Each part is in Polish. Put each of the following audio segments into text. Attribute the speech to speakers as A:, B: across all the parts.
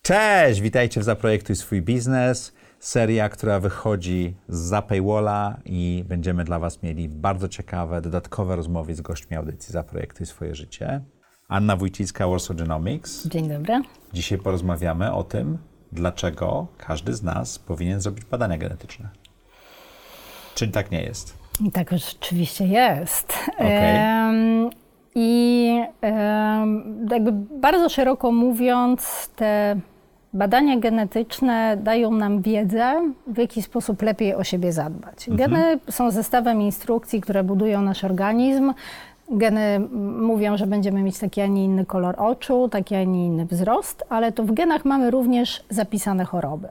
A: Cześć, witajcie w Zaprojektuj swój biznes. Seria, która wychodzi zza paywalla i będziemy dla Was mieli bardzo ciekawe, dodatkowe rozmowy z gośćmi audycji Zaprojektuj swoje życie. Anna Wójcicka, Warsaw Genomics.
B: Dzień dobry.
A: Dzisiaj porozmawiamy o tym, dlaczego każdy z nas powinien zrobić badania genetyczne. Czy tak nie jest?
B: Tak oczywiście jest.
A: Okay.
B: Jakby bardzo szeroko mówiąc, te badania genetyczne dają nam wiedzę, w jaki sposób lepiej o siebie zadbać. Geny są zestawem instrukcji, które budują nasz organizm. Geny mówią, że będziemy mieć taki, a nie inny kolor oczu, taki, a nie inny wzrost, ale to w genach mamy również zapisane choroby.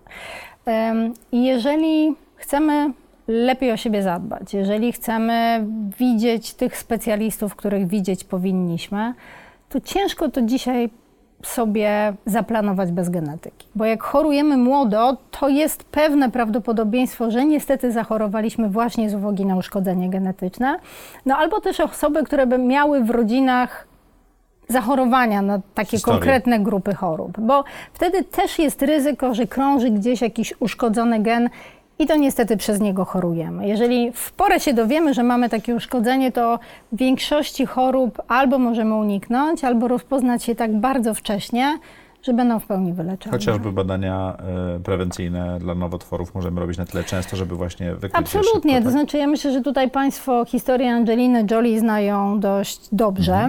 B: I jeżeli chcemy lepiej o siebie zadbać, jeżeli chcemy widzieć tych specjalistów, których widzieć powinniśmy, to ciężko to dzisiaj sobie zaplanować bez genetyki. Bo jak chorujemy młodo, to jest pewne prawdopodobieństwo, że niestety zachorowaliśmy właśnie z uwagi na uszkodzenie genetyczne. No albo też osoby, które by miały w rodzinach zachorowania na takie konkretne grupy chorób. Bo wtedy też jest ryzyko, że krąży gdzieś jakiś uszkodzony gen i to niestety przez niego chorujemy. Jeżeli w porę się dowiemy, że mamy takie uszkodzenie, to w większości chorób albo możemy uniknąć, albo rozpoznać je tak bardzo wcześnie, że będą w pełni wyleczone.
A: Chociażby badania prewencyjne dla nowotworów możemy robić na tyle często, żeby właśnie wykryć
B: Absolutnie,
A: szybko, tak?
B: To znaczy ja myślę, że tutaj Państwo historię Angeliny Jolie znają dość dobrze.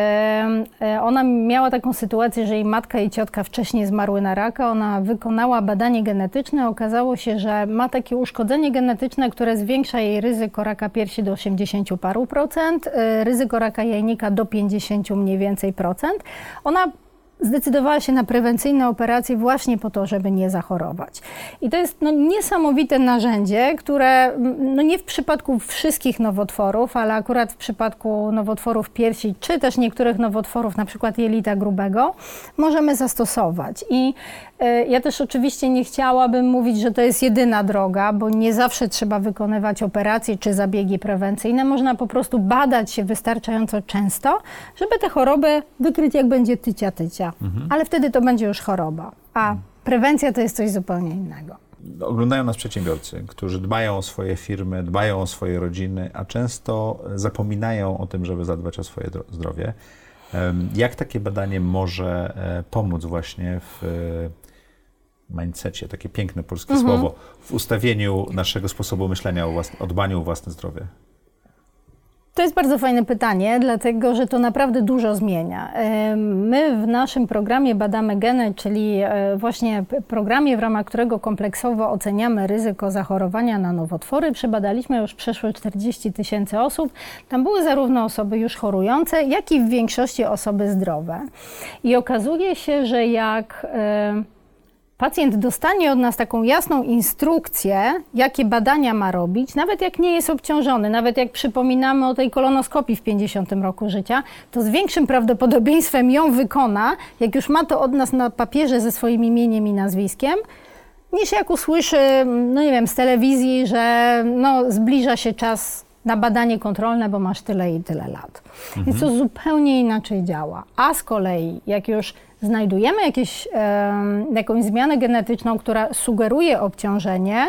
B: Ona miała taką sytuację, że jej matka i ciotka wcześniej zmarły na raka. Ona wykonała badanie genetyczne. Okazało się, że ma takie uszkodzenie genetyczne, które zwiększa jej ryzyko raka piersi do 80 paru procent, ryzyko raka jajnika do 50 mniej więcej procent. Ona zdecydowała się na prewencyjne operacje właśnie po to, żeby nie zachorować. I to jest niesamowite narzędzie, które nie w przypadku wszystkich nowotworów, ale akurat w przypadku nowotworów piersi, czy też niektórych nowotworów, na przykład jelita grubego, możemy zastosować. I ja też oczywiście nie chciałabym mówić, że to jest jedyna droga, bo nie zawsze trzeba wykonywać operacje czy zabiegi prewencyjne. Można po prostu badać się wystarczająco często, żeby te choroby wykryć, jak będzie tycia. Ale wtedy to będzie już choroba, a prewencja to jest coś zupełnie innego.
A: Oglądają nas przedsiębiorcy, którzy dbają o swoje firmy, dbają o swoje rodziny, a często zapominają o tym, żeby zadbać o swoje zdrowie. Jak takie badanie może pomóc właśnie w mindsetie, takie piękne polskie słowo, w ustawieniu naszego sposobu myślenia o dbaniu o własne zdrowie?
B: To jest bardzo fajne pytanie, dlatego że to naprawdę dużo zmienia. My w naszym programie Badamy Geny, czyli właśnie programie, w ramach którego kompleksowo oceniamy ryzyko zachorowania na nowotwory, przebadaliśmy już przeszło 40 000 osób. Tam były zarówno osoby już chorujące, jak i w większości osoby zdrowe. I okazuje się, że jak pacjent dostanie od nas taką jasną instrukcję, jakie badania ma robić, nawet jak nie jest obciążony, nawet jak przypominamy o tej kolonoskopii w 50 roku życia, to z większym prawdopodobieństwem ją wykona, jak już ma to od nas na papierze ze swoim imieniem i nazwiskiem, niż jak usłyszy, z telewizji, że zbliża się czas na badanie kontrolne, bo masz tyle i tyle lat. Więc to zupełnie inaczej działa. A z kolei, jak już znajdujemy jakąś zmianę genetyczną, która sugeruje obciążenie,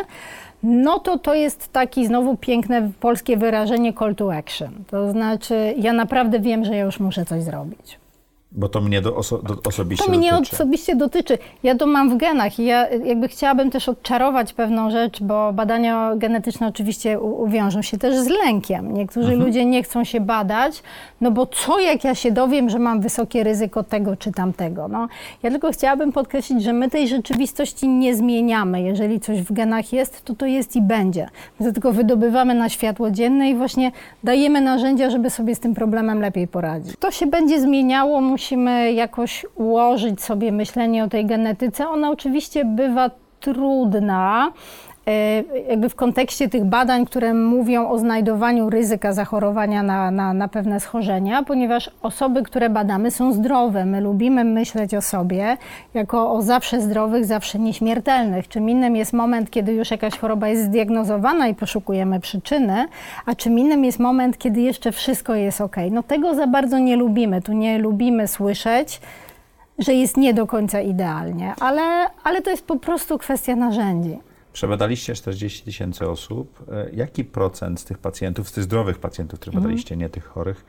B: to jest taki znowu piękne polskie wyrażenie call to action. To znaczy, ja naprawdę wiem, że ja już muszę coś zrobić.
A: Bo to mnie osobiście
B: dotyczy. To mnie osobiście dotyczy. Ja to mam w genach i ja chciałabym też odczarować pewną rzecz, bo badania genetyczne oczywiście wiążą się też z lękiem. Niektórzy ludzie nie chcą się badać, bo co jak ja się dowiem, że mam wysokie ryzyko tego czy tamtego. Ja tylko chciałabym podkreślić, że my tej rzeczywistości nie zmieniamy. Jeżeli coś w genach jest, to jest i będzie. My to tylko wydobywamy na światło dzienne i właśnie dajemy narzędzia, żeby sobie z tym problemem lepiej poradzić. To się będzie zmieniało, musimy jakoś ułożyć sobie myślenie o tej genetyce. Ona oczywiście bywa trudna, jakby w kontekście tych badań, które mówią o znajdowaniu ryzyka zachorowania na pewne schorzenia, ponieważ osoby, które badamy, są zdrowe. My lubimy myśleć o sobie jako o zawsze zdrowych, zawsze nieśmiertelnych. Czym innym jest moment, kiedy już jakaś choroba jest zdiagnozowana i poszukujemy przyczyny, a czym innym jest moment, kiedy jeszcze wszystko jest okej. Tego za bardzo nie lubimy. Tu nie lubimy słyszeć, że jest nie do końca idealnie, ale to jest po prostu kwestia narzędzi.
A: Przebadaliście 40 000 osób. Jaki procent z tych pacjentów, z tych zdrowych pacjentów, których badaliście, nie tych chorych,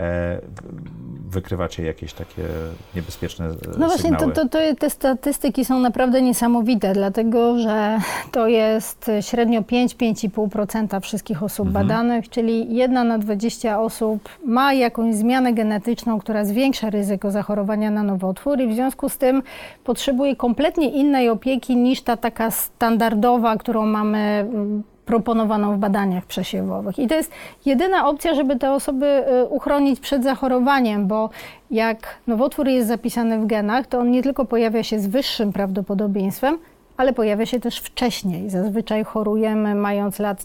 A: wykrywacie jakieś takie niebezpieczne
B: No właśnie,
A: sygnały?
B: te statystyki są naprawdę niesamowite, dlatego że to jest średnio 5-5,5% wszystkich osób badanych, czyli 1 na 20 osób ma jakąś zmianę genetyczną, która zwiększa ryzyko zachorowania na nowotwór i w związku z tym potrzebuje kompletnie innej opieki niż ta taka standardowa, którą mamy proponowaną w badaniach przesiewowych. I to jest jedyna opcja, żeby te osoby uchronić przed zachorowaniem, bo jak nowotwór jest zapisany w genach, to on nie tylko pojawia się z wyższym prawdopodobieństwem, ale pojawia się też wcześniej. Zazwyczaj chorujemy mając lat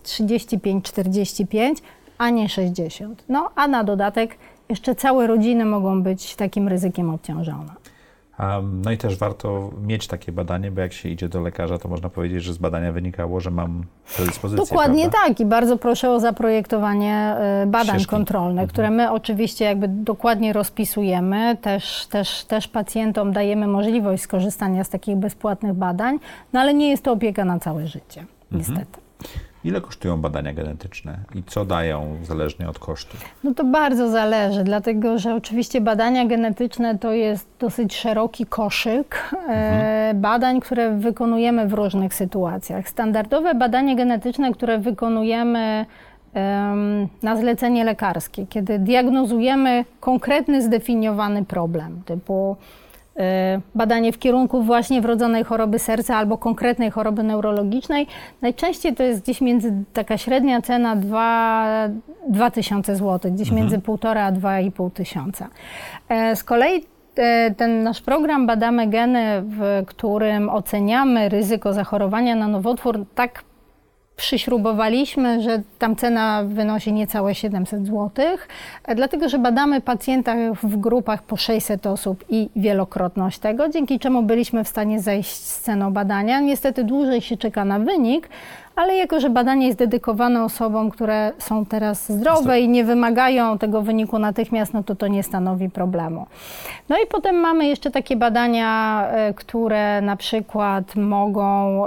B: 35-45, a nie 60. No a na dodatek jeszcze całe rodziny mogą być takim ryzykiem obciążone.
A: No i też warto mieć takie badanie, bo jak się idzie do lekarza, to można powiedzieć, że z badania wynikało, że mam predyspozycję.
B: Dokładnie
A: prawda?
B: tak i bardzo proszę o zaprojektowanie badań
A: Ścieżki
B: kontrolnych, które my oczywiście jakby dokładnie rozpisujemy. Też pacjentom dajemy możliwość skorzystania z takich bezpłatnych badań, no ale nie jest to opieka na całe życie, niestety.
A: Ile kosztują badania genetyczne i co dają zależnie od kosztu?
B: No to bardzo zależy, dlatego że oczywiście badania genetyczne to jest dosyć szeroki koszyk badań, które wykonujemy w różnych sytuacjach. Standardowe badania genetyczne, które wykonujemy na zlecenie lekarskie, kiedy diagnozujemy konkretny, zdefiniowany problem, typu badanie w kierunku właśnie wrodzonej choroby serca albo konkretnej choroby neurologicznej. Najczęściej to jest gdzieś między, taka średnia cena 2000 zł, gdzieś między 1,5 a 2,5 tysiąca. Z kolei ten nasz program Badamy Geny, w którym oceniamy ryzyko zachorowania na nowotwór, tak przyśrubowaliśmy, że tam cena wynosi niecałe 700 zł, dlatego że badamy pacjenta w grupach po 600 osób i wielokrotność tego, dzięki czemu byliśmy w stanie zejść z ceną badania. Niestety dłużej się czeka na wynik, ale jako że badanie jest dedykowane osobom, które są teraz zdrowe i nie wymagają tego wyniku natychmiast, no to nie stanowi problemu. No i potem mamy jeszcze takie badania, które na przykład mogą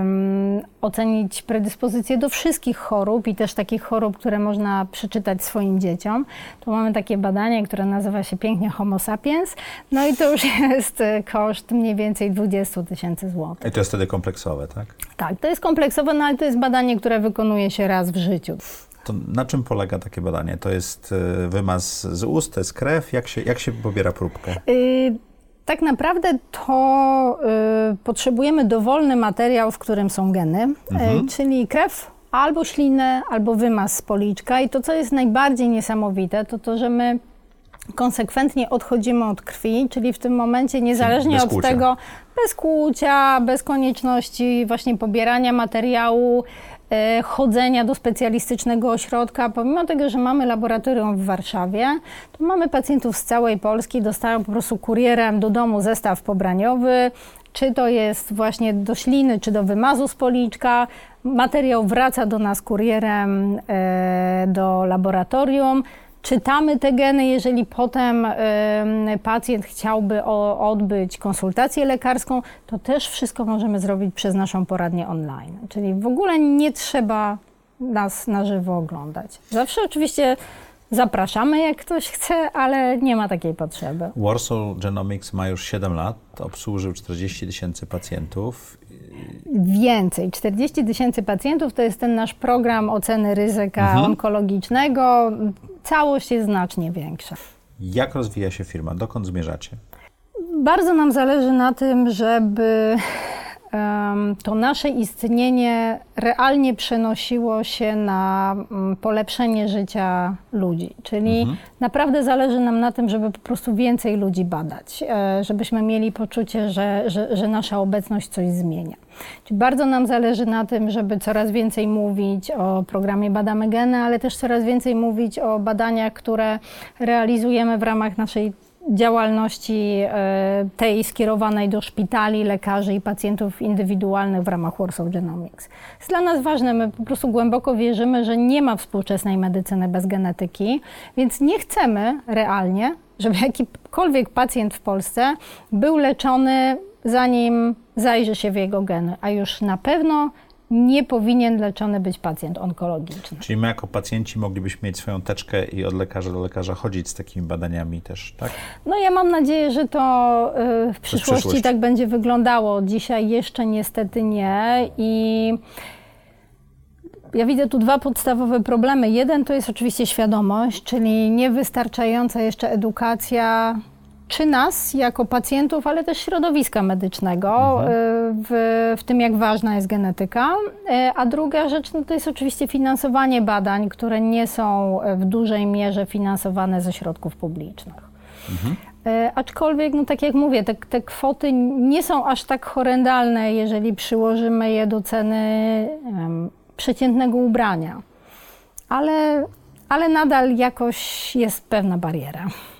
B: ocenić predyspozycję do wszystkich chorób i też takich chorób, które można przeczytać swoim dzieciom. Tu mamy takie badanie, które nazywa się pięknie Homo sapiens, no i to już jest koszt mniej więcej 20 000 złotych.
A: I to jest wtedy kompleksowe, tak?
B: Tak, to jest kompleksowe, no ale to jest badanie, które wykonuje się raz w życiu.
A: To na czym polega takie badanie? To jest wymaz z ust, to jest krew? Jak się pobiera próbkę?
B: Tak naprawdę to potrzebujemy dowolny materiał, w którym są geny, czyli krew, albo ślinę, albo wymaz z policzka. I to, co jest najbardziej niesamowite, to że my konsekwentnie odchodzimy od krwi, czyli w tym momencie niezależnie od tego, bez kłucia, bez konieczności właśnie pobierania materiału, chodzenia do specjalistycznego ośrodka. Pomimo tego, że mamy laboratorium w Warszawie, to mamy pacjentów z całej Polski, dostają po prostu kurierem do domu zestaw pobraniowy, czy to jest właśnie do śliny, czy do wymazu z policzka. Materiał wraca do nas kurierem do laboratorium. Czytamy te geny, jeżeli potem pacjent chciałby odbyć konsultację lekarską, to też wszystko możemy zrobić przez naszą poradnię online. Czyli w ogóle nie trzeba nas na żywo oglądać. Zawsze oczywiście zapraszamy, jak ktoś chce, ale nie ma takiej potrzeby.
A: Warsaw Genomics ma już 7 lat, obsłużył 40 000 pacjentów.
B: Więcej. 40 000 pacjentów to jest ten nasz program oceny ryzyka onkologicznego. Całość jest znacznie większa.
A: Jak rozwija się firma? Dokąd zmierzacie?
B: Bardzo nam zależy na tym, żeby to nasze istnienie realnie przenosiło się na polepszenie życia ludzi. Czyli naprawdę zależy nam na tym, żeby po prostu więcej ludzi badać, żebyśmy mieli poczucie, że nasza obecność coś zmienia. Czyli bardzo nam zależy na tym, żeby coraz więcej mówić o programie Badamy Geny, ale też coraz więcej mówić o badaniach, które realizujemy w ramach naszej działalności tej skierowanej do szpitali, lekarzy i pacjentów indywidualnych w ramach Warsaw Genomics. Jest dla nas ważne, my po prostu głęboko wierzymy, że nie ma współczesnej medycyny bez genetyki, więc nie chcemy realnie, żeby jakikolwiek pacjent w Polsce był leczony, zanim zajrzy się w jego geny, a już na pewno nie powinien leczony być pacjent onkologiczny.
A: Czyli my jako pacjenci moglibyśmy mieć swoją teczkę i od lekarza do lekarza chodzić z takimi badaniami też, tak?
B: No ja mam nadzieję, że to w przyszłości tak będzie wyglądało. Dzisiaj jeszcze niestety nie i ja widzę tu dwa podstawowe problemy. Jeden to jest oczywiście świadomość, czyli niewystarczająca jeszcze edukacja czy nas jako pacjentów, ale też środowiska medycznego w tym, jak ważna jest genetyka. A druga rzecz no to jest oczywiście finansowanie badań, które nie są w dużej mierze finansowane ze środków publicznych. Aczkolwiek, no tak jak mówię, te kwoty nie są aż tak horrendalne, jeżeli przyłożymy je do ceny przeciętnego ubrania. Ale nadal jakoś jest pewna bariera.